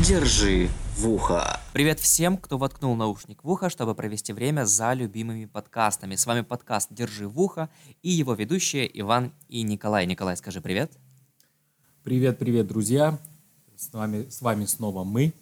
Держи в ухо. Привет всем, кто воткнул наушник в ухо, чтобы провести время за любимыми подкастами. С вами подкаст «Держи в ухо» и его ведущие Иван и Николай. Николай, скажи привет. Привет, друзья. С вами снова мы.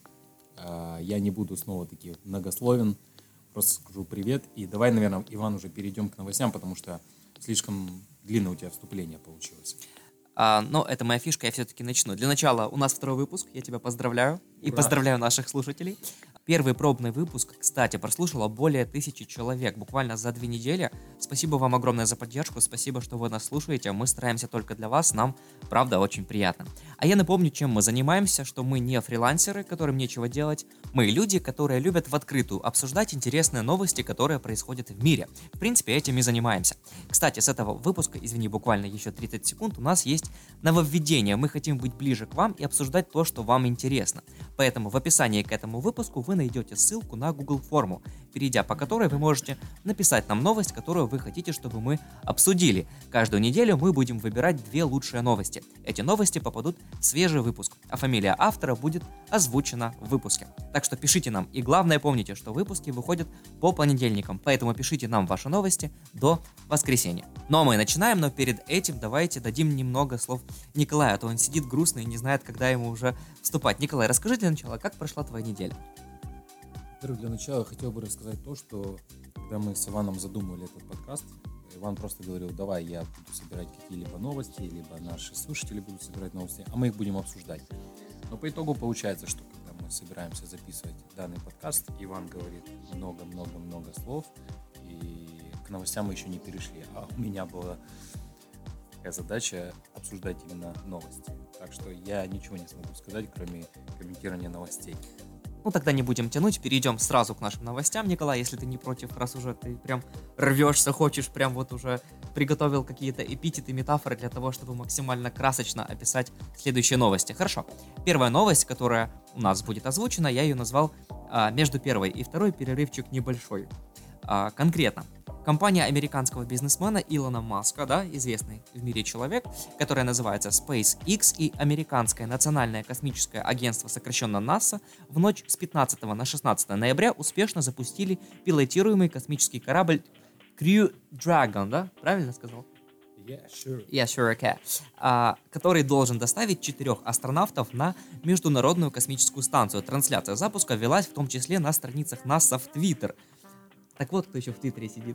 Я не буду снова таки многословен. Просто скажу привет. И давай, наверное, Иван, уже перейдем к новостям, потому что слишком длинное у тебя вступление получилось. Но это моя фишка, я все-таки начну. Для начала у нас второй выпуск, я тебя поздравляю. И поздравляю наших слушателей. Первый пробный выпуск, кстати, прослушало более 1000 человек буквально за 2 недели. Спасибо вам огромное за поддержку, спасибо, что вы нас слушаете. Мы стараемся только для вас, нам, правда, очень приятно. А я напомню, чем мы занимаемся, что мы не фрилансеры, которым нечего делать. Мы люди, которые любят в открытую обсуждать интересные новости, которые происходят в мире. В принципе, этим и занимаемся. Кстати, с этого выпуска, извини, буквально еще 30 секунд, у нас есть нововведение. Мы хотим быть ближе к вам и обсуждать то, что вам интересно. Поэтому в описании к этому выпуску вы найдете ссылку на Google форму, перейдя по которой вы можете написать нам новость, которую вы хотите, чтобы мы обсудили. Каждую неделю мы будем выбирать 2 лучшие новости. Эти новости попадут в свежий выпуск, а фамилия автора будет озвучена в выпуске. Так что пишите нам, и главное помните, что выпуски выходят по понедельникам, поэтому пишите нам ваши новости до воскресенья. Ну а мы начинаем, но перед этим давайте дадим немного слов Николаю, а то он сидит грустный и не знает, когда ему уже вступать. Николай, расскажи для начала, как прошла твоя неделя? Во-первых, для начала я хотел бы рассказать то, что когда мы с Иваном задумывали этот подкаст, Иван просто говорил: давай я буду собирать какие-либо новости, либо наши слушатели будут собирать новости, а мы их будем обсуждать. Но по итогу получается, что когда мы собираемся записывать данный подкаст, Иван говорит много-много-много слов, и к новостям мы еще не перешли, а у меня была такая задача обсуждать именно новости. Так что я ничего не смогу сказать, кроме комментирования новостей. Ну тогда не будем тянуть, перейдем сразу к нашим новостям. Николай, если ты не против, раз уже ты прям рвешься, хочешь, прям вот уже приготовил какие-то эпитеты, метафоры для того, чтобы максимально красочно описать следующие новости. Хорошо. Первая новость, которая у нас будет озвучена, я ее назвал между первой и второй перерывчик небольшой. Конкретно. Компания американского бизнесмена Илона Маска, да, известный в мире человек, которая называется SpaceX, и американское национальное космическое агентство, сокращенно НАСА, в ночь с 15 на 16 ноября успешно запустили пилотируемый космический корабль Crew Dragon, да? Правильно сказал? Yeah, sure, okay. Который должен доставить 4 астронавтов на Международную космическую станцию. Трансляция запуска велась в том числе на страницах НАСА в Twitter. Так вот, кто еще в Твиттере сидит.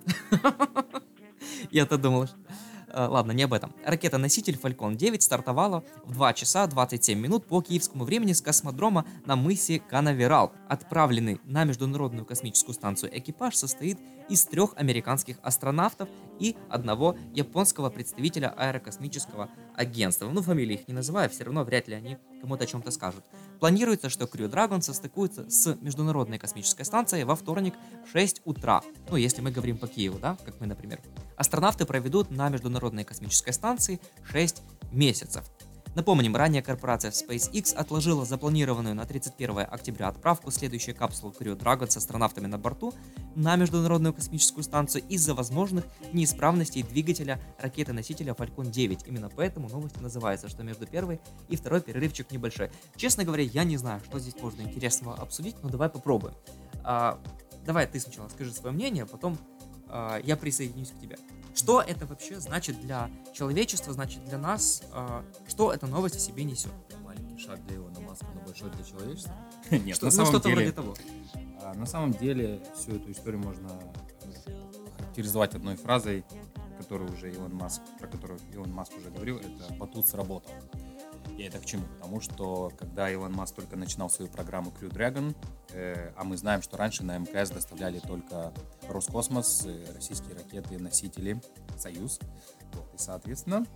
Я-то думал, что... Ладно, не об этом. Ракета-носитель Falcon 9 стартовала в 2 часа 27 минут по киевскому времени с космодрома на мысе Канаверал. Отправленный на Международную космическую станцию экипаж состоит из 3 американских астронавтов и 1 японского представителя аэрокосмического агентства. Ну, фамилии их не называю, все равно вряд ли они кому-то о чем-то скажут. Планируется, что Crew Dragon состыкуется с Международной космической станцией во вторник в 6 утра. Ну, если мы говорим по Киеву, да, как мы, например. Астронавты проведут на Международной космической станции 6 месяцев. Напомним, ранее корпорация SpaceX отложила запланированную на 31 октября отправку следующей капсулы Crew Dragon с астронавтами на борту на Международную космическую станцию из-за возможных неисправностей двигателя ракеты-носителя Falcon 9. Именно поэтому новость называется, что между первой и второй перерывчик небольшой. Честно говоря, я не знаю, что здесь можно интересного обсудить, но давай попробуем. Давай ты сначала скажи свое мнение, потом я присоединюсь к тебе. Что это вообще значит для человечества, значит для нас? Что эта новость в себе несет? Маленький шаг для Илона Маска, но большой для человечества? Нет, что-то вроде того. На самом деле всю эту историю можно характеризовать одной фразой, про которую Илон Маск уже говорил, это «батут сработал». И это к чему? Потому что, когда Илон Маск только начинал свою программу Crew Dragon, а мы знаем, что раньше на МКС доставляли только Роскосмос, российские ракеты, носители, Союз. Вот, и, соответственно,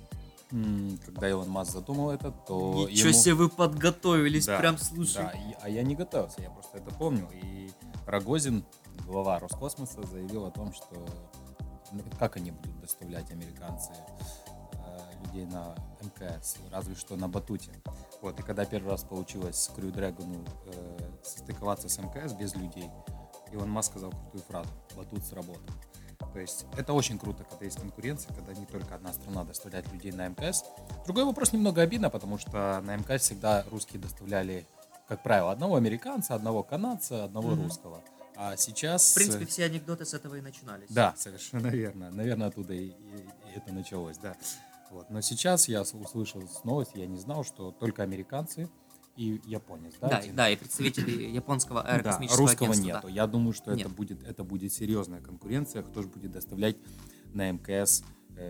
когда Илон Маск задумал это, то Ничего себе вы подготовились, да, прям слушай. Да, а я не готовился, я просто это помню. И Рогозин, глава Роскосмоса, заявил о том, что как они будут доставлять, американцы, людей на МКС, разве что на батуте. Вот, и когда первый раз получилось с Crew Dragon состыковаться с мкс без людей, Илон Маск сказал крутую фразу: батут сработал. То есть это очень круто, когда есть конкуренция, когда не только одна страна доставляет людей на МКС. Другой вопрос немного обидно, потому что на МКС всегда русские доставляли как правило, одного американца, одного канадца, одного русского. А сейчас... В принципе, все анекдоты с этого и начинались. Да, совершенно верно. Наверное, оттуда и это началось, да. Вот. Но сейчас я услышал новость, я не знал, что только американцы и японец, да? Да, да, и представители японского аэрокосмического русского агентства. нету. Да. Я думаю, что Нет. это будет серьезная конкуренция, кто же будет доставлять на МКС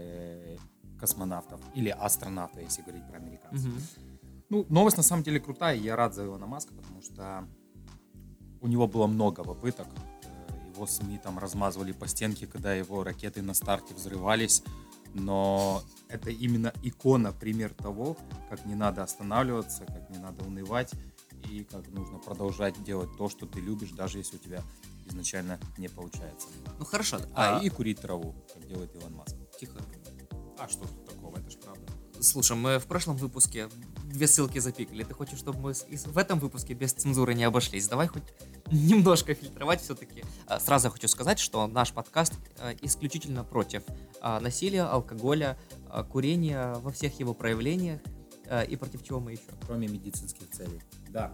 космонавтов или астронавтов, если говорить про американцев. Ну, новость на самом деле крутая, я рад за Илона Маска, потому что у него было много попыток, его СМИ там размазывали по стенке, когда его ракеты на старте взрывались, но это именно икона, пример того, как не надо останавливаться, как не надо унывать и как нужно продолжать делать то, что ты любишь, даже если у тебя изначально не получается. Ну хорошо. И курить траву, как делает Илон Маск. Тихо. А что тут такого, это ж правда. Слушай, мы в прошлом выпуске 2 ссылки запикали. Ты хочешь, чтобы мы в этом выпуске без цензуры не обошлись? Давай хоть немножко фильтровать все-таки. Сразу хочу сказать, что наш подкаст исключительно против насилия, алкоголя, курения во всех его проявлениях. И против чего мы еще? Кроме медицинских целей. Да.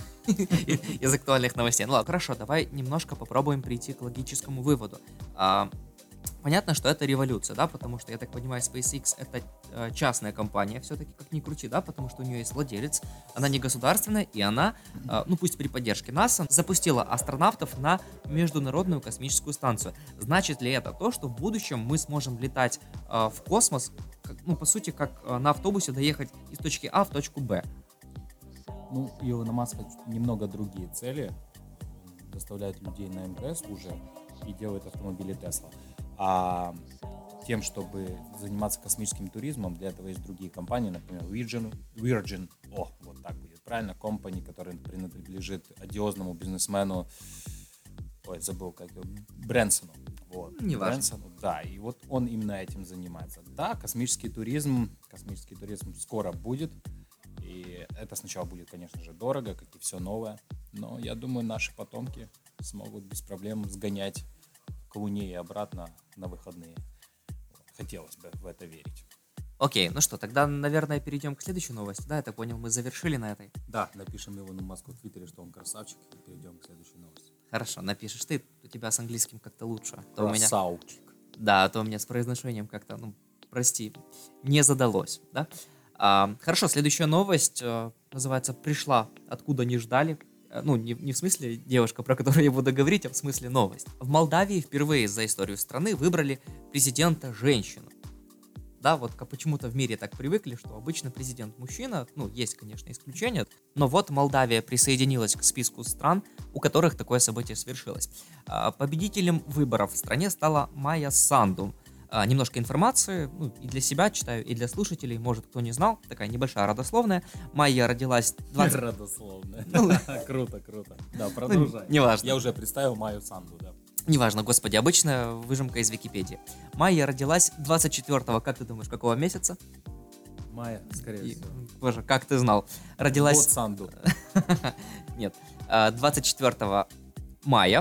Из актуальных новостей. Ну ладно, хорошо, давай немножко попробуем прийти к логическому выводу. Понятно, что это революция, да, потому что, я так понимаю, SpaceX это частная компания, все-таки, как ни крути, да, потому что у нее есть владелец, она не государственная, и она, ну пусть при поддержке НАСА, запустила астронавтов на Международную космическую станцию. Значит ли это то, что в будущем мы сможем летать в космос, ну, по сути, как на автобусе доехать из точки А в точку Б? Ну, у Илона Маска немного другие цели. Он доставляет людей на МКС уже и делает автомобили Тесла. А тем, чтобы заниматься космическим туризмом, для этого есть другие компании, например, Virgin, вот так будет правильно, компания, которая принадлежит одиозному бизнесмену, забыл, как его, Брэнсону. Вот, Неважно. Брэнсону, да, и вот он именно этим занимается. Да, космический туризм скоро будет, и это сначала будет, конечно же, дорого, как и все новое, но я думаю, наши потомки смогут без проблем сгонять к Луне и обратно на выходные. Хотелось бы в это верить. Окей, ну что, тогда, наверное, перейдем к следующей новости. Да, я так понял, мы завершили на этой. Да, напишем Илону Маску в Твиттере, что он красавчик, и перейдем к следующей новости. Хорошо, напишешь ты, у тебя с английским как-то лучше. То у меня, Красавчик. да, то у меня с произношением как-то, ну, прости, не задалось, да? Хорошо, следующая новость называется «Пришла, откуда не ждали». Ну, не в смысле девушка, про которую я буду говорить, а в смысле новость. В Молдавии впервые за историю страны выбрали президента женщину. Да, вот почему-то в мире так привыкли, что обычно президент мужчина, ну, есть, конечно, исключения, но вот Молдавия присоединилась к списку стран, у которых такое событие свершилось. Победителем выборов в стране стала Майя Санду. Немножко информации, ну, и для себя читаю, и для слушателей, может, кто не знал, такая небольшая родословная. Майя родилась... Родословная. Круто. Да, продолжай. Неважно. Я уже представил Майю Санду, да. Неважно, господи, обычная выжимка из Википедии. Майя родилась 24-го, как ты думаешь, какого месяца? Майя, скорее всего. Боже, как ты знал? Родилась... Вот Санду. Нет, 24 мая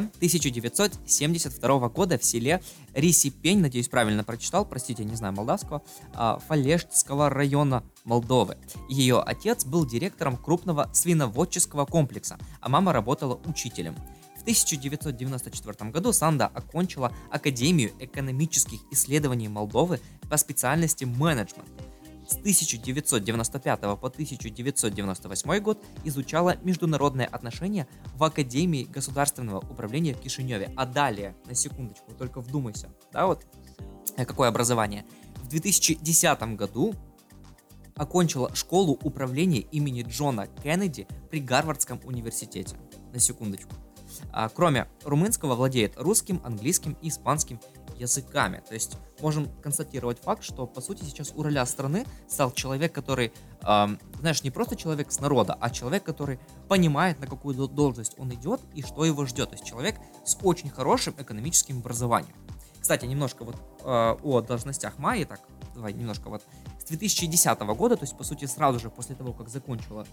1972 года в селе Рисипень, надеюсь, правильно прочитал, простите, не знаю молдавского, Фалештского района Молдовы. Ее отец был директором крупного свиноводческого комплекса, а мама работала учителем. В 1994 году Санда окончила Академию экономических исследований Молдовы по специальности менеджмент. С 1995 по 1998 год изучала международные отношения в Академии государственного управления в Кишиневе. А далее, на секундочку, только вдумайся, да, вот какое образование. В 2010 году окончила школу управления имени Джона Кеннеди при Гарвардском университете. На секундочку. Кроме румынского, владеет русским, английским и испанским языками. То есть можем констатировать факт, что по сути сейчас у руля страны стал человек, который, знаешь, не просто человек с народа, а человек, который понимает, на какую должность он идет и что его ждет. То есть человек с очень хорошим экономическим образованием. Кстати, немножко вот о должностях Майи, так, давай немножко вот. С 2010 года, то есть по сути сразу же после того, как закончила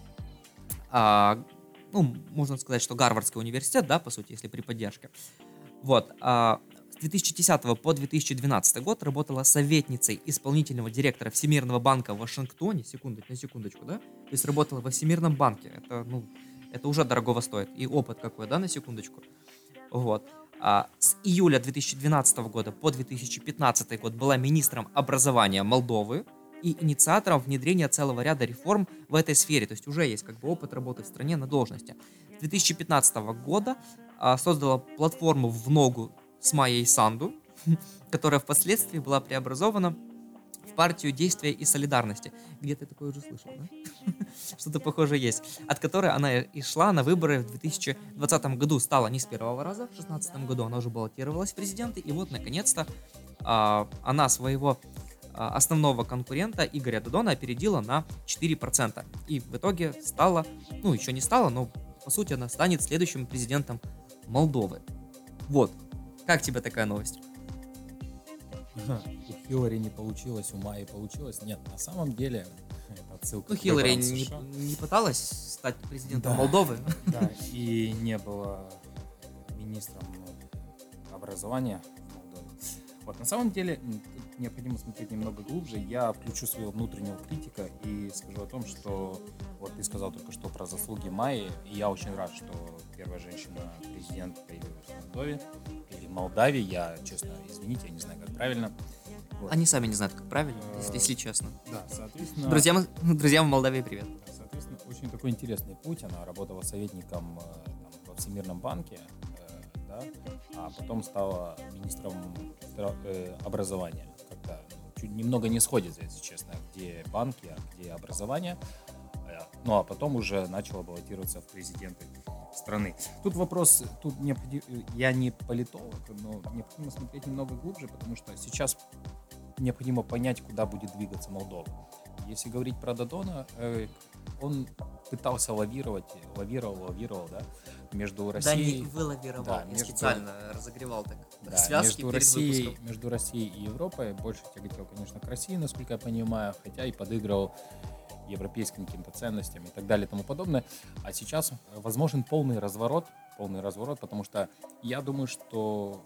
ну, можно сказать, что Гарвардский университет, да, по сути, если при поддержке. Вот. С 2010 по 2012 год работала советницей исполнительного директора Всемирного банка в Вашингтоне. На секундочку, да? То есть работала во Всемирном банке. Это, ну, Это уже дорогого стоит. И опыт какой, да, на секундочку. Вот. С июля 2012 года по 2015 год была министром образования Молдовы и инициатором внедрения целого ряда реформ в этой сфере. То есть уже есть как бы опыт работы в стране на должности. С 2015 года создала платформу в ногу с Майей Санду, которая впоследствии была преобразована в партию действия и солидарности. Где-то такое уже слышал, да? Что-то похожее есть. От которой она и шла на выборы в 2020 году. Стала не с первого раза, в 2016 году она уже баллотировалась в президенты. И вот, наконец-то, она своего основного конкурента Игоря Додона опередила на 4%. И в итоге стала, ну, еще не стала, но, по сути, она станет следующим президентом Молдовы. Вот. Как тебе такая новость? У Хиллари не получилось, у Майи получилось. Нет, на самом деле, это отсылка Ну, к Хиллари выборам США. не пыталась стать президентом Да. Молдовы. Да, и не было министром образования в Молдове. Вот, на самом деле, тут необходимо смотреть немного глубже. Я включу своего внутреннего критика и скажу о том, что вот ты сказал только что про заслуги Майи, и я очень рад, что первая женщина-президент появилась в Молдове, или Молдавии, я, честно, извините, я не знаю, как правильно. Вот. Они сами не знают, как правильно, если честно. Да, соответственно... Друзьям в Молдавии привет. Соответственно, очень такой интересный путь. Она работала советником там, во Всемирном банке, да, а потом стала министром образования. Как-то чуть немного не сходится, если честно, где банки, а где образование. Ну, а потом уже начала баллотироваться в президенты страны. Тут вопрос, я не политолог, но необходимо смотреть немного глубже, потому что сейчас необходимо понять, куда будет двигаться Молдова. Если говорить про Додона, он пытался лавировал, да, между Россией... Да, не вылавировал, да, я специально разогревал так да, связки перед выпуском. между Россией и Европой. Больше тяготел, конечно, к России, насколько я понимаю, хотя и подыгрывал европейским каким-то ценностям и так далее и тому подобное. А сейчас возможен полный разворот, потому что я думаю, что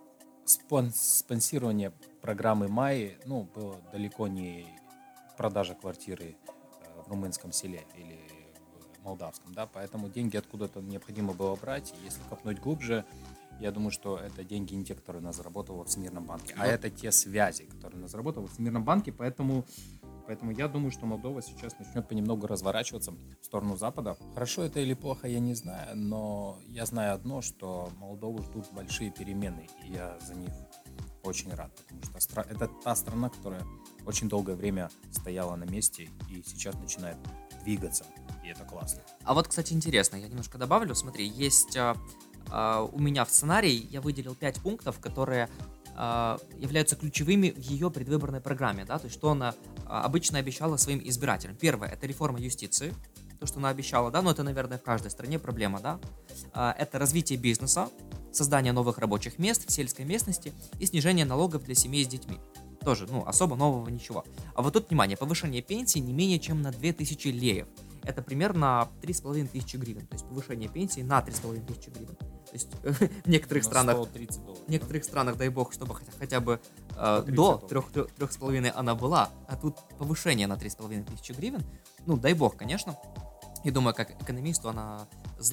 спонсирование программы Майи, ну, было далеко не продажа квартиры в румынском селе или в молдавском, да, поэтому деньги откуда-то необходимо было брать. И если копнуть глубже, я думаю, что это деньги не те, которые она заработала во Всемирном банке, а это те связи, которые она заработала во Всемирном банке, поэтому я думаю, что Молдова сейчас начнет понемногу разворачиваться в сторону Запада. Хорошо это или плохо, я не знаю, но я знаю одно, что Молдову ждут большие перемены, и я за них очень рад, потому что это та страна, которая очень долгое время стояла на месте и сейчас начинает двигаться, и это классно. А вот, кстати, интересно, я немножко добавлю, смотри, есть у меня в сценарии, я выделил 5 пунктов, которые являются ключевыми в ее предвыборной программе, да, то есть что она обычно обещала своим избирателям. Первое, это реформа юстиции, то, что она обещала, да, но это, наверное, в каждой стране проблема, да. Это развитие бизнеса, создание новых рабочих мест в сельской местности и снижение налогов для семей с детьми. Тоже, ну, особо нового ничего. А вот тут, внимание, повышение пенсии не менее чем на 2000 леев. Это примерно 3500 гривен, то есть повышение пенсии на 3500 гривен. То есть в некоторых странах, в некоторых странах, дай бог, чтобы хотя бы до 3,5 она была, а тут повышение на 3500 гривен, ну, дай бог, конечно. Я думаю, как экономисту она...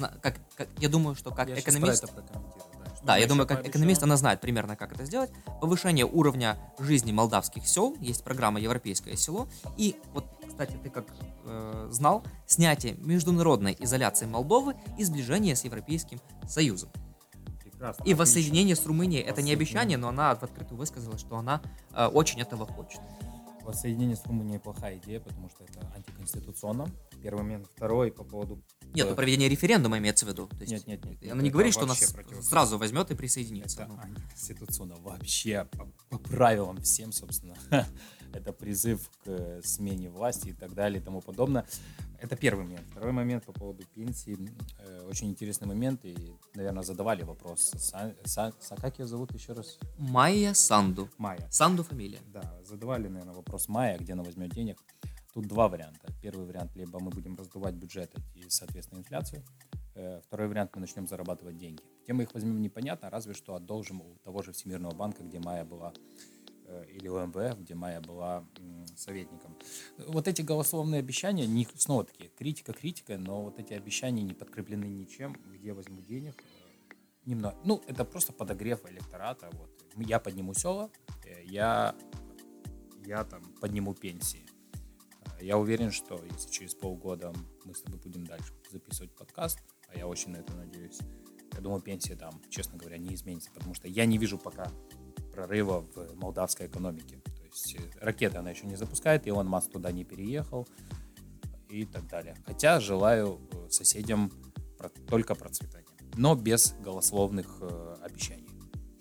Я думаю, что как экономист... Да, я думаю, как экономист она знает примерно, как это сделать. Повышение уровня жизни молдавских сел, есть программа «Европейское село». И вот, кстати, ты как знал, снятие международной изоляции Молдовы и сближение с Европейским Союзом. Прекрасно. И воссоединение с Румынией, это не обещание, но она в открытую высказала, что она очень этого хочет. Воссоединение с Румынией плохая идея, потому что это антиконституционно. Первый момент. Второй по поводу... Нет, ну проведение референдума имеется в виду. То есть Нет. Она не говорит, что нас сразу возьмет и присоединится. Это антиконституционно вообще по правилам всем, собственно. Это призыв к смене власти и так далее и тому подобное. Это первый момент. Второй момент по поводу пенсии. Очень интересный момент. И, наверное, задавали вопрос. Как ее зовут еще раз? Майя Санду. Майя. Санду фамилия. Да, задавали, наверное, вопрос Майя, где она возьмет денег. Тут два варианта. Первый вариант, либо мы будем раздувать бюджет и, соответственно, инфляцию. Второй вариант, мы начнем зарабатывать деньги. Где мы их возьмем, непонятно, разве что одолжим у того же Всемирного банка, где Майя была или ОМВ, где Майя была советником. Вот эти голословные обещания, снова-таки, критика, но вот эти обещания не подкреплены ничем, где возьму денег. Немного. Это просто подогрев электората. Вот. Я подниму села, я там подниму пенсии. Я уверен, что если через полгода мы с тобой будем дальше записывать подкаст, а я очень на это надеюсь, я думаю, пенсия там, честно говоря, не изменится, потому что я не вижу пока прорыва в молдавской экономике. То есть ракеты она еще не запускает, Илон Маск туда не переехал и так далее. Хотя желаю соседям только процветания, но без голословных обещаний.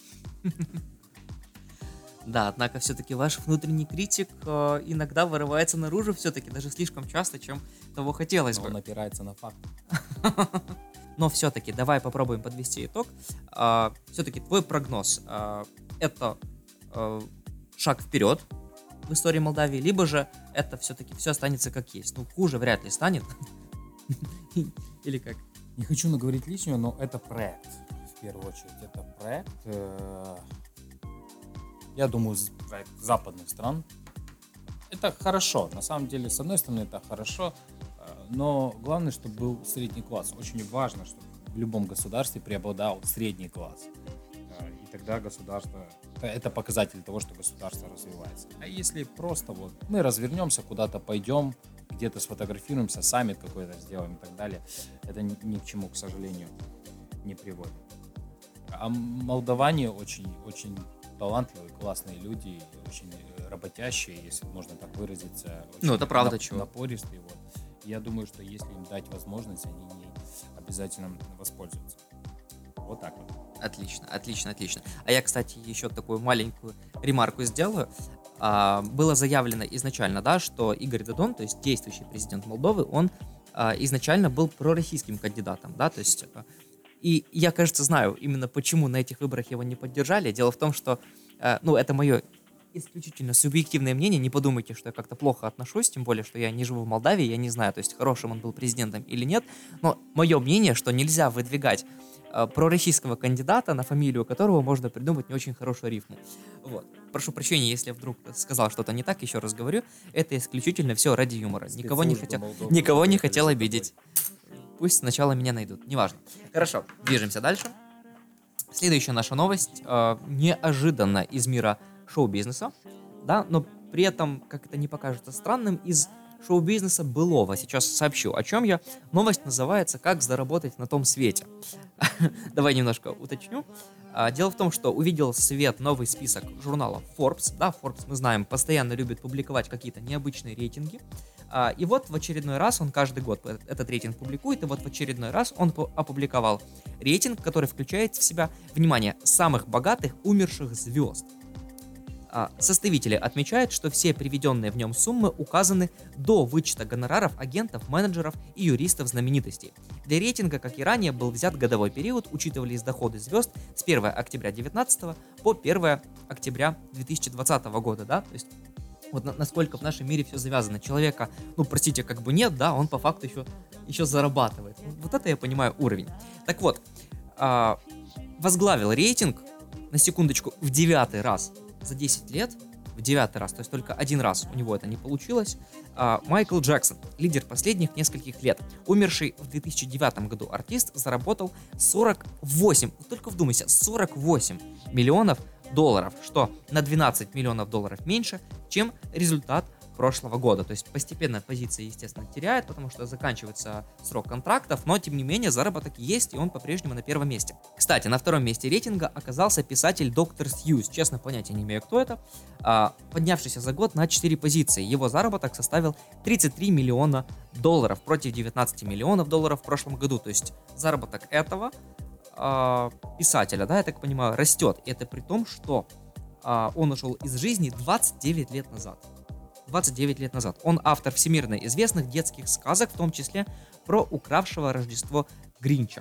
Да, однако все-таки ваш внутренний критик иногда вырывается наружу все-таки, даже слишком часто, чем того хотелось бы. Он опирается на факты. Но все-таки давай попробуем подвести итог. Все-таки твой прогноз это шаг вперед в истории Молдавии, либо же это все-таки все останется как есть. Хуже вряд ли станет. Или как? Не хочу наговорить лишнего, но это проект. В первую очередь, это проект, я думаю, западных стран. Это хорошо. На самом деле, с одной стороны, это хорошо, но главное, чтобы был средний класс. Очень важно, чтобы в любом государстве преобладал средний класс. И тогда государство... Это показатель того, что государство развивается. А если просто мы развернемся, куда-то пойдем, где-то сфотографируемся, саммит какой-то сделаем и так далее, это ни к чему, к сожалению, не приводит. А молдаване очень талантливые, классные люди, очень работящие, если можно так выразиться. Это правда, чего. Напористые. Я думаю, что если им дать возможность, они ей обязательно воспользуются. Вот так вот. Отлично. А я, кстати, еще такую маленькую ремарку сделаю. Было заявлено изначально, да, что Игорь Додон, то есть действующий президент Молдовы, он изначально был пророссийским кандидатом, да, то есть... И я, кажется, знаю именно почему на этих выборах его не поддержали. Дело в том, что, это мое исключительно субъективное мнение, не подумайте, что я как-то плохо отношусь, тем более, что я не живу в Молдавии, я не знаю, то есть хорошим он был президентом или нет, но мое мнение, что нельзя выдвигать пророссийского кандидата, на фамилию которого можно придумать не очень хорошую рифму. Вот. Прошу прощения, если я вдруг сказал что-то не так, еще раз говорю, это исключительно все ради юмора. Никого не хотел обидеть. Пусть сначала меня найдут, неважно. Хорошо, движемся дальше. Следующая наша новость неожиданно из мира шоу-бизнеса, да, но при этом, как это не покажется странным, из шоу-бизнеса былого. Сейчас сообщу, о чем я. Новость называется «Как заработать на том свете». Давай немножко уточню. Дело в том, что увидел свет новый список журнала Forbes. Да, Forbes, мы знаем, постоянно любит публиковать какие-то необычные рейтинги. И вот в очередной раз он каждый год этот рейтинг публикует, и вот в очередной раз он опубликовал рейтинг, который включает в себя, внимание, самых богатых умерших звезд. Составители отмечают, что все приведенные в нем суммы указаны до вычета гонораров агентов, менеджеров и юристов знаменитостей. Для рейтинга, как и ранее, был взят годовой период, учитывались доходы звезд с 1 октября 2019 по 1 октября 2020 года, да, то есть вот насколько в нашем мире все завязано. Человека, простите, как бы нет, да, он по факту еще зарабатывает. Вот это я понимаю уровень. Так вот, возглавил рейтинг, на секундочку, в 9-й раз за 10 лет, в 9-й раз, то есть только один раз у него это не получилось, Майкл Джексон, лидер последних нескольких лет. Умерший в 2009 году артист заработал 48, только вдумайся, 48 миллионов долларов, что на 12 миллионов долларов меньше, чем результат прошлого года. То есть постепенно позиция, естественно, теряет, потому что заканчивается срок контрактов, но тем не менее заработок есть, и он по-прежнему на первом месте. Кстати, на втором месте рейтинга оказался писатель Доктор Сьюз. Честно, понятия не имею, кто это. Поднявшийся за год на 4 позиции. Его заработок составил 33 миллиона долларов против 19 миллионов долларов в прошлом году. То есть заработок этого писателя, да, я так понимаю, растет. И это при том, что он ушел из жизни 29 лет назад. 29 лет назад. Он автор всемирно известных детских сказок, в том числе про укравшего Рождество Гринча.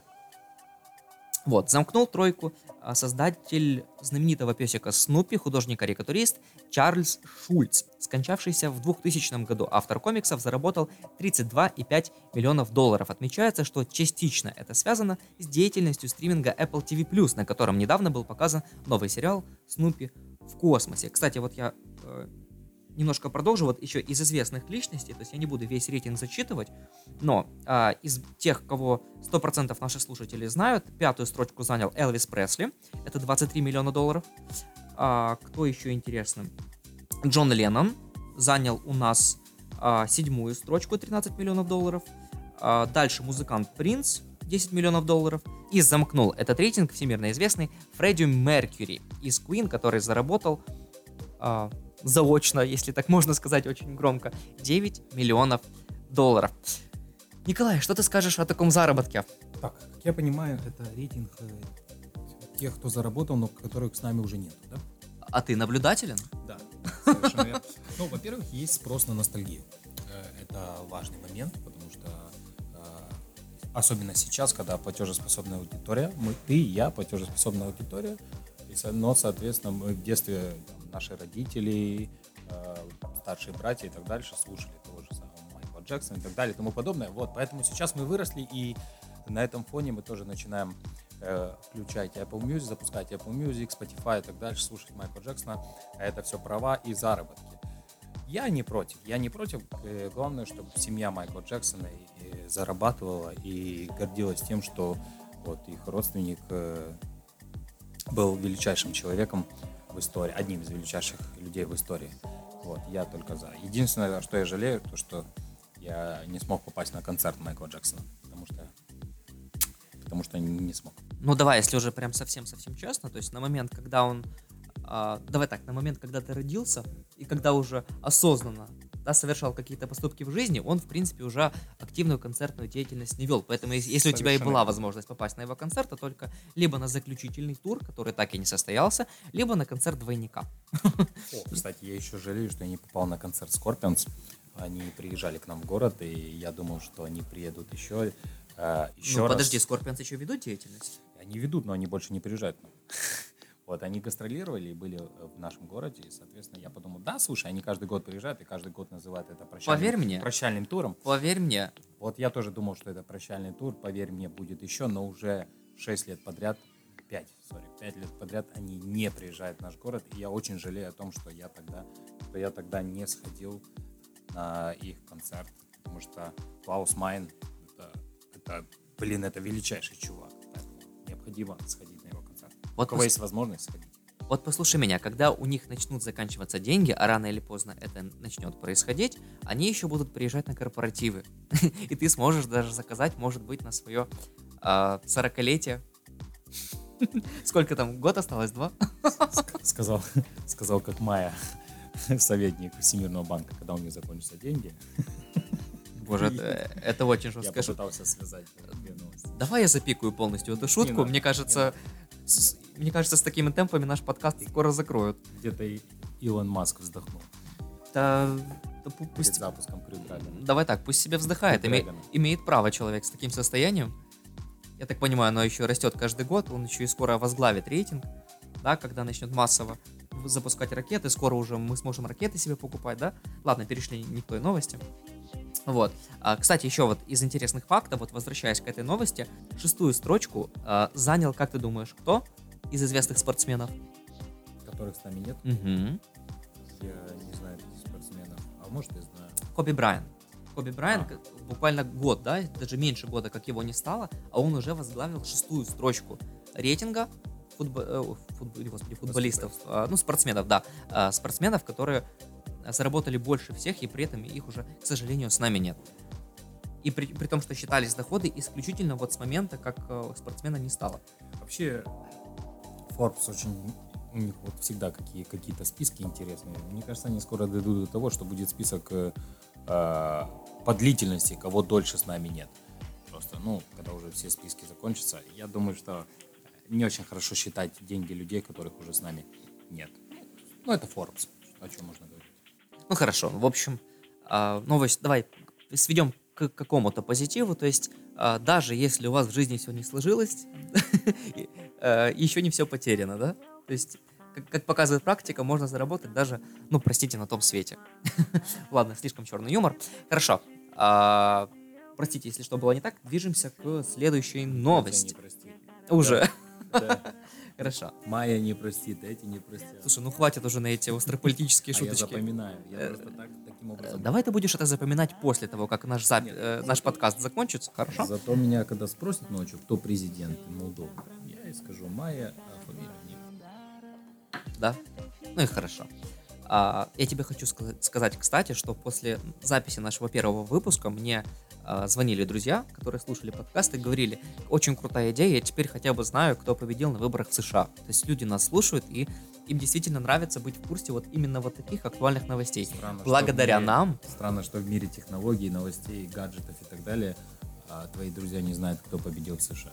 Вот, замкнул тройку создатель знаменитого песика Снупи, художник-карикатурист Чарльз Шульц, скончавшийся в 2000 году. Автор комиксов заработал 32,5 миллионов долларов. Отмечается, что частично это связано с деятельностью стриминга Apple TV+, на котором недавно был показан новый сериал Снупи в космосе. Кстати, вот я немножко продолжу, вот еще из известных личностей, то есть я не буду весь рейтинг зачитывать, но из тех, кого 100% наших слушателей знают, 5-ю строчку занял Элвис Пресли, это 23 миллиона долларов. Кто еще интересный? Джон Леннон занял у нас 7-ю строчку, 13 миллионов долларов. Дальше музыкант Принц, 10 миллионов долларов. И замкнул этот рейтинг всемирно известный Фредди Меркьюри из Queen, который заработал заочно, если так можно сказать, очень громко, 9 миллионов долларов. Николай, что ты скажешь о таком заработке? Так, как я понимаю, это рейтинг тех, кто заработал, но которых с нами уже нет, да? А ты наблюдателен? Да, совершенно верно. Ну, во-первых, есть спрос на ностальгию. Это важный момент, потому что особенно сейчас, когда платежеспособная аудитория, ты и я платежеспособная аудитория, но, соответственно, мы в детстве наши родители, старшие братья и так дальше слушали того же самого Майкла Джексона и так далее и тому подобное. Вот, поэтому сейчас мы выросли, и на этом фоне мы тоже начинаем включать Apple Music, запускать Apple Music, Spotify и так дальше, слушать Майкла Джексона. А это все права и заработки. Я не против. Главное, чтобы семья Майкла Джексона зарабатывала и гордилась тем, что вот их родственник был величайшим человеком в истории, одним из величайших людей в истории. Вот, я только за. Единственное, что я жалею, то, что я не смог попасть на концерт Майкла Джексона, потому что не смог. Ну давай, если уже прям совсем-совсем честно, то есть на момент, когда он... на момент, когда ты родился, и когда уже осознанно совершал какие-то поступки в жизни, он, в принципе, уже активную концертную деятельность не вел. Поэтому, если у тебя и была возможность попасть на его концерт, то только либо на заключительный тур, который так и не состоялся, либо на концерт двойника. Кстати, я еще жалею, что я не попал на концерт Scorpions. Они приезжали к нам в город, и я думал, что они приедут еще раз. Подожди, Scorpions еще ведут деятельность? Они ведут, но они больше не приезжают. Вот, они гастролировали и были в нашем городе, и, соответственно, я подумал, да, слушай, они каждый год приезжают, и каждый год называют это прощальным туром. Поверь мне. Вот я тоже думал, что это прощальный тур, поверь мне, будет еще, но уже 5 лет подряд они не приезжают в наш город, и я очень жалею о том, что я тогда не сходил на их концерт, потому что Клаус Майн, это величайший чувак, поэтому необходимо сходить на его концерт. У кого есть возможность сходить. Вот послушай меня, когда у них начнут заканчиваться деньги, а рано или поздно это начнет происходить, они еще будут приезжать на корпоративы. И ты сможешь даже заказать, может быть, на свое 40-летие. Сколько там, год осталось, 2? Сказал как Майя, советник Всемирного банка, когда у них закончатся деньги. Боже, это очень жестко. Я попытался связать две новости. Давай я запикаю полностью эту шутку. Мне кажется, с такими темпами наш подкаст скоро закроют. Где-то Илон Маск вздохнул. Пусть... Перед запуском Crew Dragon. Давай так, пусть себе вздыхает. Имеет право человек с таким состоянием. Я так понимаю, оно еще растет каждый год. Он еще и скоро возглавит рейтинг. Да, когда начнет массово запускать ракеты. Скоро уже мы сможем ракеты себе покупать, да? Ладно, перешли не к той новости. Вот. Кстати, еще вот из интересных фактов, вот возвращаясь к этой новости, 6-ю строчку занял, как ты думаешь, кто из известных спортсменов? Которых с нами нет? Угу. Я не знаю этих спортсменов. А может, я знаю. Коби Брайант. Буквально год, да, даже меньше года, как его не стало, а он уже возглавил 6-ю строчку рейтинга футболистов, спортсменов, да, спортсменов, которые заработали больше всех, и при этом их уже, к сожалению, с нами нет. И при том, что считались доходы исключительно вот с момента, как спортсмена не стало. Вообще, Forbes у них вот всегда какие-то списки интересные. Мне кажется, они скоро дойдут до того, что будет список по длительности, кого дольше с нами нет. Просто, когда уже все списки закончатся, я думаю, что не очень хорошо считать деньги людей, которых уже с нами нет. Это Forbes. О чем можно говорить? Хорошо. В общем, новость давай сведем к какому-то позитиву. То есть, даже если у вас в жизни все не сложилось, еще не все потеряно, да? То есть, как показывает практика, можно заработать даже, простите, на том свете. Ладно, слишком черный юмор. Хорошо. Простите, если что было не так. Движемся к следующей новости. Прости. Уже. Да. Хорошо. Майя не простит, эти не простят. Слушай, ну хватит уже на эти острополитические Я шуточки. запоминаю. Я просто таким образом. Давай ты будешь это запоминать после того, как наш подкаст закончится, хорошо? Зато меня, когда спросят ночью, кто президент Молдовы, я и скажу Майя, а фамилию нет. Да? Ну и хорошо. Я тебе хочу сказать, кстати, что после записи нашего первого выпуска мне звонили друзья, которые слушали подкаст и говорили: очень крутая идея, я теперь хотя бы знаю, кто победил на выборах в США. То есть люди нас слушают, и им действительно нравится быть в курсе вот именно вот таких актуальных новостей. Странно, Благодаря нам. Странно, что в мире технологий, новостей, гаджетов и так далее твои друзья не знают, кто победил в США.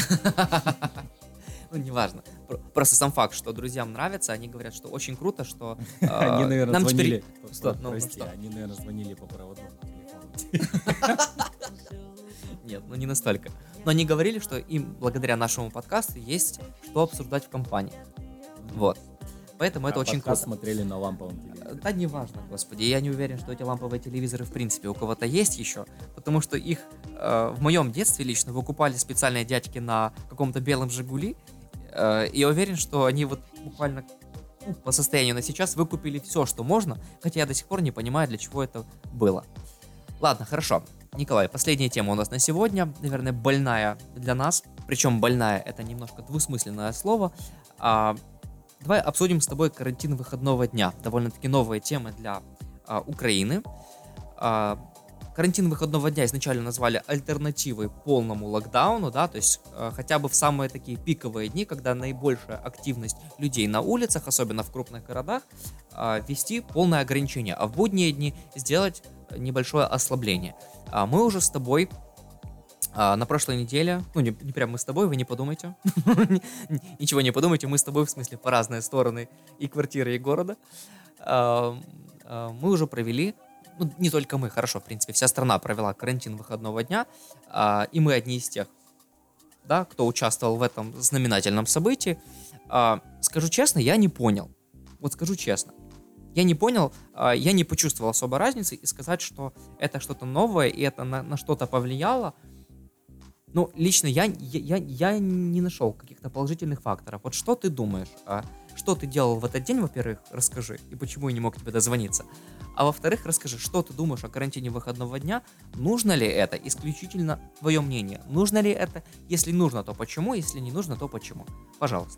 Ну, неважно. Просто сам факт, что друзьям нравится, они говорят, что очень круто, что Они, наверное, нам звонили. теперь... Прости, они, наверное, звонили по проводному телефону. Нет, ну не настолько. Но они говорили, что им благодаря нашему подкасту есть что обсуждать в компании. Вот. Поэтому это очень подкаст круто. смотрели на ламповом телевизоре. Да неважно, господи. Я не уверен, что эти ламповые телевизоры в принципе у кого-то есть еще, потому что их в моем детстве лично выкупали специальные дядьки на каком-то белом «Жигули». И я уверен, что они вот буквально по состоянию на сейчас выкупили все, что можно, хотя я до сих пор не понимаю, для чего это было. Ладно, хорошо. Николай, последняя тема у нас на сегодня, наверное, больная для нас. Причем больная — это немножко двусмысленное слово. Давай обсудим с тобой карантин выходного дня. Довольно-таки новая тема для Украины. Карантин выходного дня изначально назвали альтернативой полному локдауну, да, то есть хотя бы в самые такие пиковые дни, когда наибольшая активность людей на улицах, особенно в крупных городах, ввести полное ограничение, а в будние дни сделать небольшое ослабление. Мы уже с тобой на прошлой неделе, ну не прям мы с тобой, вы не подумайте, ничего не подумайте, мы с тобой в смысле по разные стороны и квартиры, и города, мы уже провели, ну не только мы, хорошо, в принципе, вся страна провела карантин выходного дня, и мы одни из тех, да, кто участвовал в этом знаменательном событии. Скажу честно, я не понял, вот скажу честно, я не понял, я не почувствовал особой разницы, и сказать, что это что-то новое, и это на что-то повлияло. Ну, лично я не нашел каких-то положительных факторов. Вот что ты думаешь? Что ты делал в этот день, во-первых, расскажи, и почему я не мог тебе дозвониться. А во-вторых, расскажи, что ты думаешь о карантине выходного дня, нужно ли это, исключительно твое мнение. Нужно ли это? Если нужно, то почему? Если не нужно, то почему? Пожалуйста.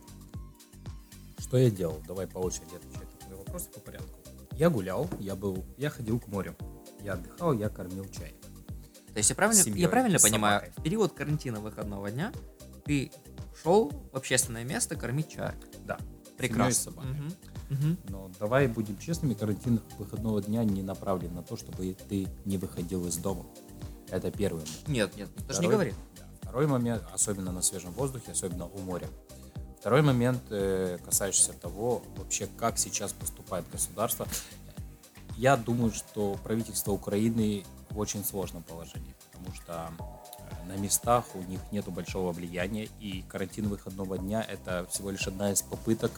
Что я делал? Давай по очереди отвечать на твои вопросы по порядку. Я гулял, я ходил к морю, я отдыхал, я кормил чай. То есть я правильно понимаю, в период карантина выходного дня ты шел в общественное место кормить чай? Да. Прекрасно. Но давай будем честными, карантин выходного дня не направлен на то, чтобы ты не выходил из дома. Это первый момент. Нет, даже не говори. Да. Второй момент, особенно на свежем воздухе, особенно у моря. Второй момент, касающийся того, вообще, как сейчас поступает государство. Я думаю, что правительство Украины в очень сложном положении, потому что на местах у них нет большого влияния, и карантин выходного дня – это всего лишь одна из попыток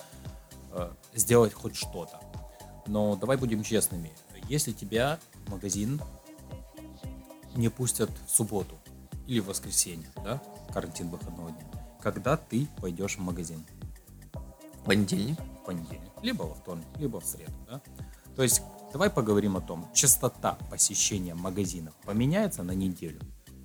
сделать хоть что-то. Но давай будем честными. Если тебя в магазин не пустят в субботу или в воскресенье, да, карантин выходного дня, когда ты пойдешь в магазин? В понедельник. В понедельник. Либо во вторник, либо в среду, да? То есть давай поговорим о том, частота посещения магазинов поменяется на неделю?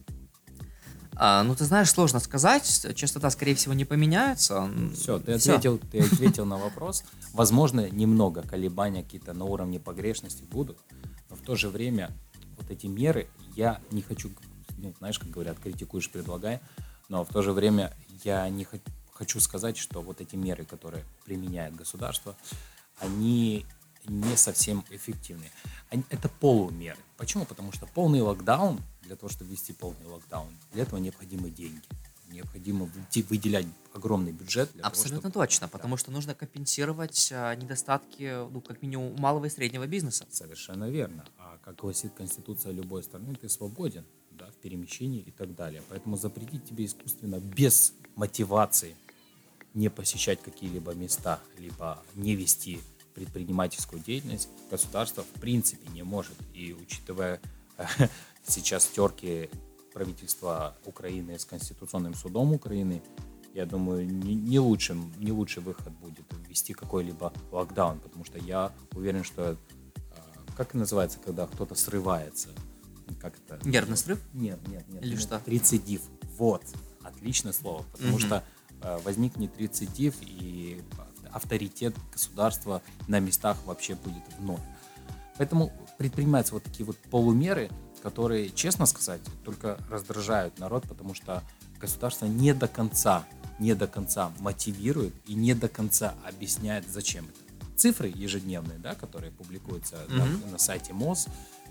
Ну, ты знаешь, сложно сказать. Частота, скорее всего, не поменяется. Все, ты ответил на вопрос. Возможно, немного колебания какие-то на уровне погрешности будут, но в то же время вот эти меры я не хочу, ну, знаешь, как говорят, критикуешь, предлагай, но в то же время я не хочу сказать, что вот эти меры, которые применяет государство, они не совсем эффективны. Это полумеры. Почему? Потому что полный локдаун, для того, чтобы ввести полный локдаун, для этого необходимы деньги. Необходимо выделять огромный бюджет. Абсолютно точно, потому что нужно компенсировать недостатки, ну, как минимум, малого и среднего бизнеса. Совершенно верно. А как гласит Конституция любой страны, ты свободен, да, в перемещении и так далее. Поэтому запретить тебе искусственно, без мотивации, не посещать какие-либо места, либо не вести предпринимательскую деятельность, государство в принципе не может. И учитывая сейчас терки правительства Украины с Конституционным судом Украины, я думаю, не лучший выход будет ввести какой-либо локдаун, потому что я уверен, что как это называется, когда кто-то срывается? Как это? Нервный срыв? Нет. Или что? Рецидив. Вот. Отличное слово. Потому что возникнет рецидив, и авторитет государства на местах вообще будет в ноль. Поэтому предпринимаются вот такие вот полумеры, которые, честно сказать, только раздражают народ, потому что государство не до конца мотивирует и не до конца объясняет, зачем это. Цифры ежедневные, да, которые публикуются на сайте МОЗ,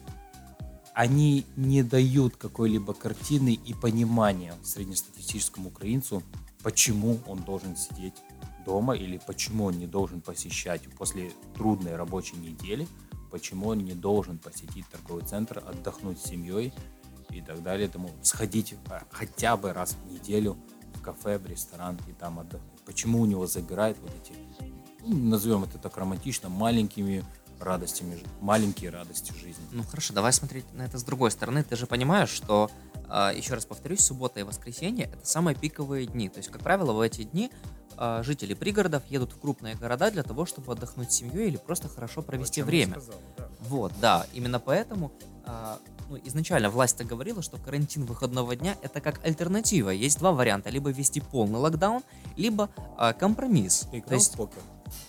они не дают какой-либо картины и понимания среднестатистическому украинцу, почему он должен сидеть дома или почему он не должен посещать после трудной рабочей недели, почему он не должен посетить торговый центр, отдохнуть с семьей и так далее, тому сходить хотя бы раз в неделю в кафе, в ресторан и там отдохнуть. Почему у него забирают вот эти, назовем это так романтично, маленькие радости жизни. Ну хорошо, давай смотреть на это с другой стороны. Ты же понимаешь, что, еще раз повторюсь, суббота и воскресенье — это самые пиковые дни. То есть, как правило, в эти дни жители пригородов едут в крупные города для того, чтобы отдохнуть с семьей или просто хорошо провести время. Вот, да, именно поэтому изначально власть-то говорила, что карантин выходного дня — это как альтернатива. Есть два варианта: либо ввести полный локдаун, либо компромисс. Ты играл в покер?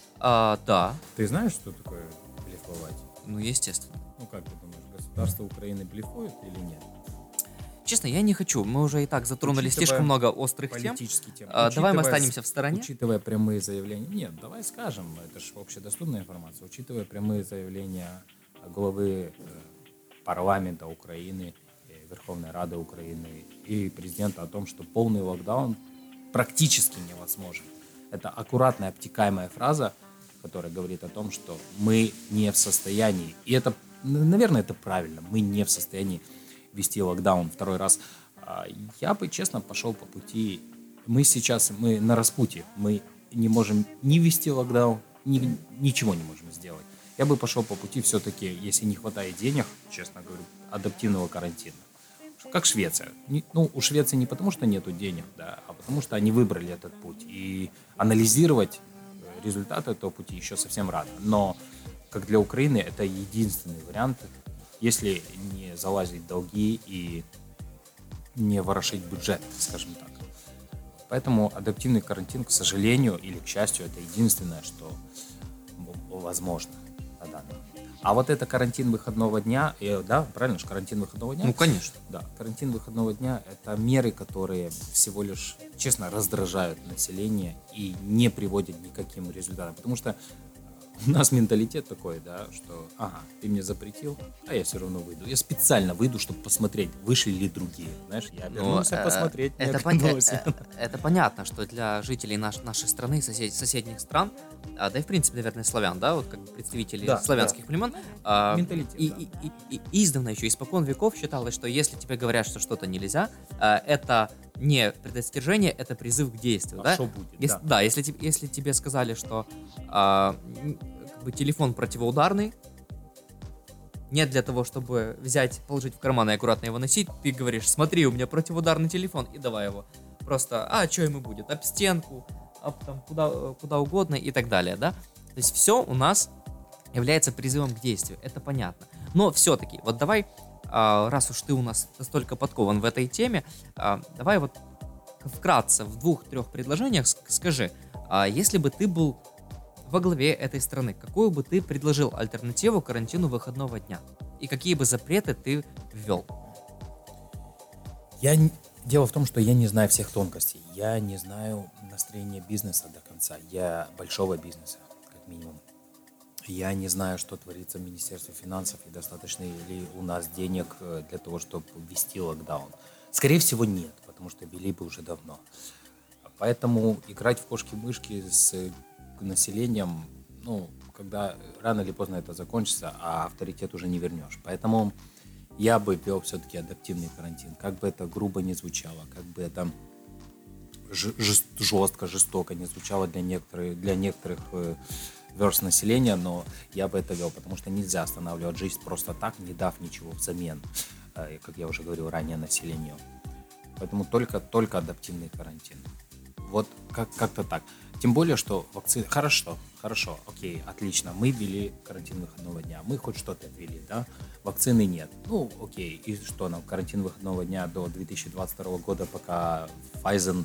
Да. Ты знаешь, что такое блефовать? Ну, естественно. Ну, как ты думаешь, государство Украины блефует или нет? Честно, я не хочу. Мы уже и так затронули слишком много острых тем. Давай мы останемся в стороне. Учитывая прямые заявления... Нет, давай скажем, это же общедоступная информация. Учитывая прямые заявления главы парламента Украины, Верховной Рады Украины и президента о том, что полный локдаун практически невозможен. Это аккуратная, обтекаемая фраза, которая говорит о том, что мы не в состоянии, и это, наверное, это правильно, мы не в состоянии ввести локдаун второй раз. Я бы, честно, пошел по пути. Мы на распутье, мы не можем ни ввести локдаун, ничего не можем сделать. Я бы пошел по пути все-таки, если не хватает денег, честно говорю, адаптивного карантина. Как Швеция. У Швеции не потому, что нету денег, да, а потому что они выбрали этот путь. И анализировать результаты этого пути еще совсем рано. Но, как для Украины, это единственный вариант, если не залазить в долги и не ворошить бюджет, скажем так. Поэтому адаптивный карантин, к сожалению или к счастью, это единственное, что возможно на данный момент. А вот это карантин выходного дня, да, правильно же, карантин выходного дня? Ну, конечно. Да, карантин выходного дня — это меры, которые всего лишь, честно, раздражают население и не приводят ни к каким результатам. Потому что у нас менталитет такой, да, что, ты мне запретил, а я все равно выйду. Я специально выйду, чтобы посмотреть, вышли ли другие. Знаешь, я обернулся посмотреть. Это понятно, что для жителей нашей страны, соседних стран, да и в принципе, наверное, славян, да, вот как представители славянских племен, менталитет, и издавна еще, испокон веков считалось, что если тебе говорят, что что-то нельзя, это не предостережение, это призыв к действию. Да? Что будет? Если тебе сказали, что телефон противоударный, не для того, чтобы взять, положить в карман и аккуратно его носить, ты говоришь: смотри, у меня противоударный телефон, и давай его. Просто, что ему будет? Об стенку, куда угодно и так далее, да? То есть все у нас является призывом к действию, это понятно. Но все-таки, вот давай, раз уж ты у нас настолько подкован в этой теме, давай вот вкратце в 2-3 предложениях скажи, если бы ты был во главе этой страны, какую бы ты предложил альтернативу карантину выходного дня? И какие бы запреты ты ввел? Дело в том, что я не знаю всех тонкостей. Я не знаю настроения бизнеса до конца. Большого бизнеса, как минимум. Я не знаю, что творится в Министерстве финансов и достаточно ли у нас денег для того, чтобы ввести локдаун. Скорее всего, нет, потому что ввели бы уже давно. Поэтому играть в кошки-мышки с населением, когда рано или поздно это закончится, а авторитет уже не вернешь. Поэтому я бы ввел все-таки адаптивный карантин. Как бы это грубо не звучало, как бы это жестоко не звучало для некоторых верст населения, но я бы это вел, потому что нельзя останавливать жизнь просто так, не дав ничего взамен, как я уже говорил ранее, населению. Поэтому только адаптивный карантин. Вот как-то так. Тем более, что вакцины... Хорошо, окей, отлично. Мы ввели карантин выходного дня. Мы хоть что-то ввели, да? Вакцины нет. Ну, окей. И что нам? Карантин выходного дня до 2022 года, пока Pfizer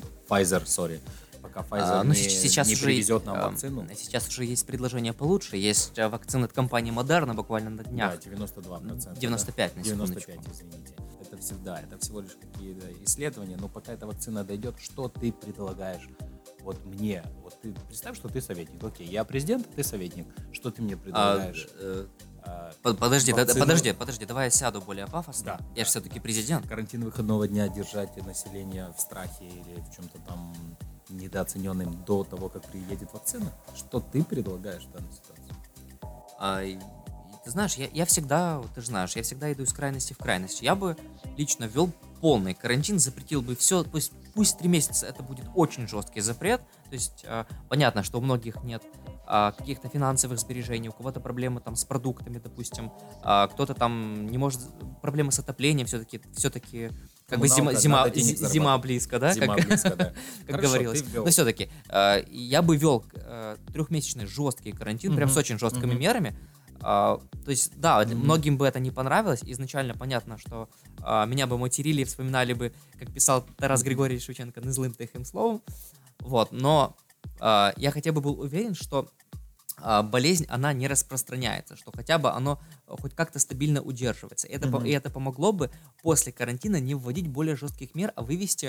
не привезет нам вакцину. Сейчас уже есть предложение получше. Есть вакцина от компании Moderna буквально на днях. Да, 92%. 95, да? на секундочку. 95, извините. Это всего лишь какие-то исследования, но пока эта вакцина дойдет, что ты предлагаешь вот мне? Вот ты представь, что ты советник. Окей, я президент, а ты советник. Что ты мне предлагаешь? Подожди, давай я сяду более пафосно. Да, я же все-таки президент. Карантин выходного дня держать население в страхе или в чем-то там недооцененным до того, как приедет вакцина. Что ты предлагаешь в данной ситуации? Ты знаешь, я всегда иду из крайности в крайность. Я бы лично ввел полный карантин, запретил бы все, пусть 3 месяца это будет очень жесткий запрет. То есть понятно, что у многих нет каких-то финансовых сбережений, у кого-то проблемы там с продуктами, допустим, кто-то там не может, проблемы с отоплением, все-таки как бы зима близко, да? Зима близко, да. Как говорилось. Но все-таки я бы ввел 3-месячный жесткий карантин, прям с очень жесткими мерами. То есть, да, многим бы это не понравилось. Изначально понятно, что меня бы материли и вспоминали бы, как писал Тарас Григорьевич Шевченко, незлым тихим словом. Вот, но я хотя бы был уверен, что болезнь, она не распространяется, что хотя бы оно хоть как-то стабильно удерживается. И это помогло бы после карантина не вводить более жестких мер, а вывести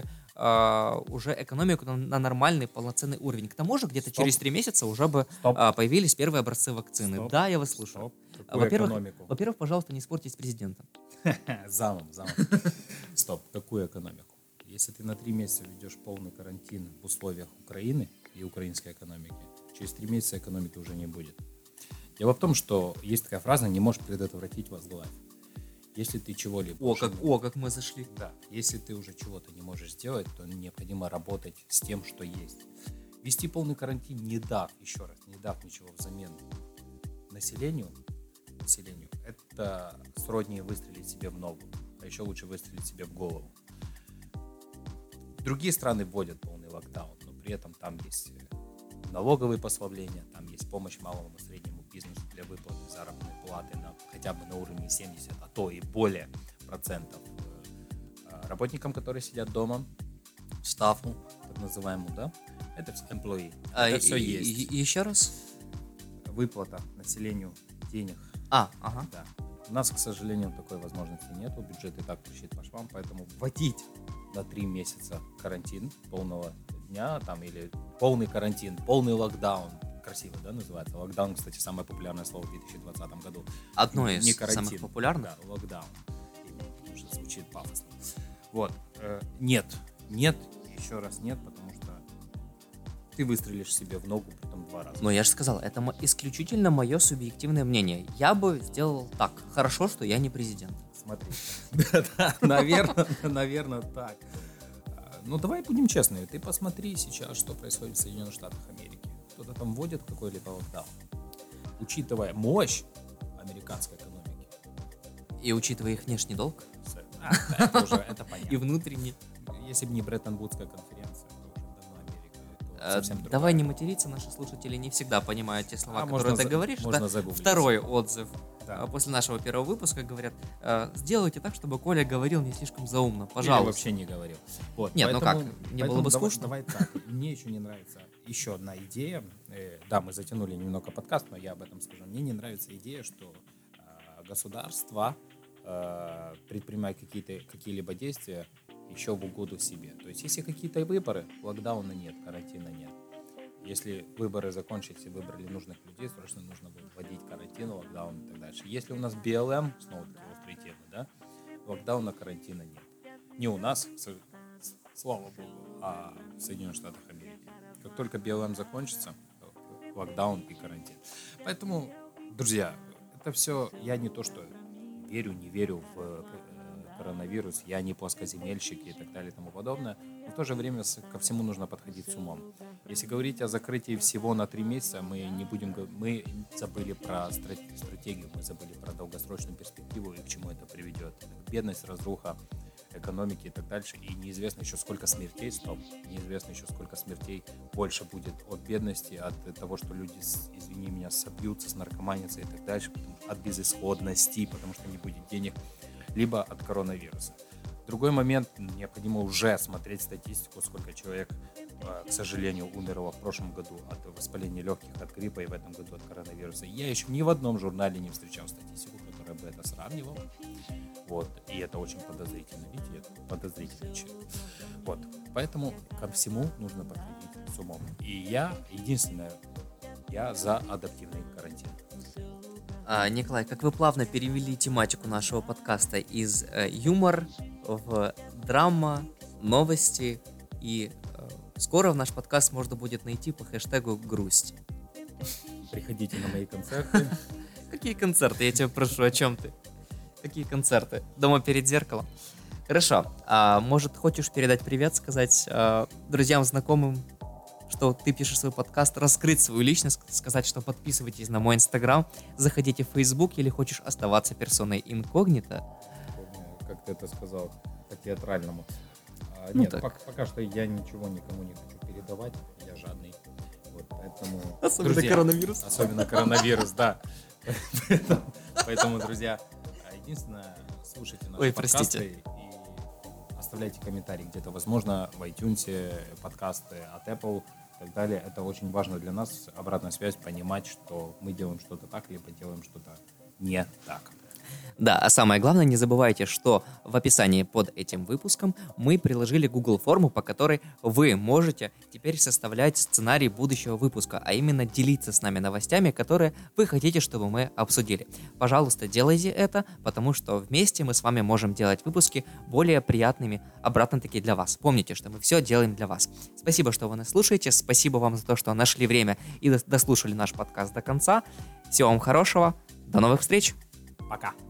уже экономику на нормальный полноценный уровень. К тому же где-то через 3 месяца уже бы появились первые образцы вакцины. Да, я вас слушаю. Во-первых, пожалуйста, не спорьте с президентом. Замом. Стоп, какую экономику? Если ты на 3 месяца ведешь полный карантин в условиях Украины и украинской экономики, через 3 месяца экономики уже не будет. Дело в том, что есть такая фраза: не можешь предотвратить возглавь. Если ты чего-либо... Как мы зашли. Да, если ты уже чего-то не можешь сделать, то необходимо работать с тем, что есть. Вести полный карантин, не дав ничего взамен населению, это сродни выстрелить себе в ногу, а еще лучше выстрелить себе в голову. Другие страны вводят полный локдаун, но при этом там есть налоговые послабления, там есть помощь малому и среднему бизнесу для выплаты заработной платы хотя бы на уровне 70, а то и более процентов работникам, которые сидят дома, стафу, так называемому, да, это employee. Это все есть. Еще раз? Выплата населению денег. Ага. Да. У нас, к сожалению, такой возможности нету, бюджет и так трещит по швам, поэтому вводить на 3 месяца карантин полного дня, там, или полный карантин, полный локдаун, красиво, да, называется? Локдаун, кстати, самое популярное слово в 2020 году. Одно из не карантин, самых популярных? Да, локдаун, потому что звучит пафосно. Вот, нет, еще раз нет, потому что ты выстрелишь себе в ногу, притом 2 раза. Но я же сказал, это исключительно мое субъективное мнение. Я бы сделал так. Хорошо, что я не президент. Смотри. Да, наверное, так. Ну, давай будем честны. Ты посмотри сейчас, что происходит в Соединенных Штатах Америки. Кто-то там вводит какой-либо локдаун. Учитывая мощь американской экономики. И учитывая их внешний долг. Это понятно. И внутренний. Если бы не Бреттон-Вудская конференция, то уже давно Америка. Это совсем другая. Давай не материться, наши слушатели не всегда понимают те слова, которые ты говоришь. Можно загуглить. Второй отзыв. Да. После нашего первого выпуска говорят: сделайте так, чтобы Коля говорил не слишком заумно, Или пожалуйста. вообще не говорил. Вот, нет, поэтому, не было бы скучно. Давай так. Мне еще не нравится еще одна идея. Да, мы затянули немного подкаст, но я об этом скажу. Мне не нравится идея, что государство предпринимает какие-либо действия еще в угоду себе. То есть, если какие-то выборы, локдауна нет, карантина нет. Если выборы закончились и выбрали нужных людей, срочно нужно вводить карантин, локдаун и так дальше. Если у нас БЛМ, снова такие острые темы, да, локдауна, карантина нет. Не у нас, слава богу, а в Соединенных Штатах Америки. Как только БЛМ закончится, локдаун и карантин. Поэтому, друзья, это все, я не то, что верю, не верю в коронавирус, я не плоскоземельщик и так далее и тому подобное, но в то же время ко всему нужно подходить с умом. Если говорить о закрытии всего на 3 месяца, мы забыли про стратегию, мы забыли про долгосрочную перспективу и к чему это приведет. Бедность, разруха, экономики и так дальше. И неизвестно еще сколько смертей, неизвестно еще сколько смертей больше будет от бедности, от того, что люди, извини меня, собьются, снаркоманятся и так дальше, от безысходности, потому что не будет денег, либо от коронавируса. Другой момент, необходимо уже смотреть статистику, сколько человек, к сожалению, умерло в прошлом году от воспаления легких, от гриппа, и в этом году от коронавируса. Я еще ни в одном журнале не встречал статистику, которая бы это сравнивала. Вот. И это очень подозрительно. Видите, это подозрительный человек. Вот. Поэтому ко всему нужно подходить с умом. И я за адаптивный карантин. Николай, как вы плавно перевели тематику нашего подкаста из юмор в драма, новости, и скоро в наш подкаст можно будет найти по хэштегу «Грусть». Приходите на мои концерты. Какие концерты? Я тебя прошу, о чем ты? Какие концерты? Дома перед зеркалом? Хорошо. Может, хочешь передать привет, сказать друзьям, знакомым, что ты пишешь свой подкаст, раскрыть свою личность, сказать, что подписывайтесь на мой Инстаграм, заходите в Фейсбук, или хочешь оставаться персоной инкогнито? Как ты это сказал, по-театральному. Ну, нет, пока что я ничего никому не хочу передавать, я жадный. Вот, поэтому, особенно друзья, коронавирус. Особенно коронавирус, да. Поэтому, друзья, единственное, слушайте наши подкасты и оставляйте комментарии где-то, возможно, в iTunes, подкасты от Apple и так далее. Это очень важно для нас, обратная связь, понимать, что мы делаем что-то так, либо делаем что-то не так. Да, а самое главное, не забывайте, что в описании под этим выпуском мы приложили Google форму, по которой вы можете теперь составлять сценарий будущего выпуска, а именно делиться с нами новостями, которые вы хотите, чтобы мы обсудили. Пожалуйста, делайте это, потому что вместе мы с вами можем делать выпуски более приятными, обратно-таки для вас. Помните, что мы все делаем для вас. Спасибо, что вы нас слушаете, спасибо вам за то, что нашли время и дослушали наш подкаст до конца. Всего вам хорошего, до новых встреч! Пока!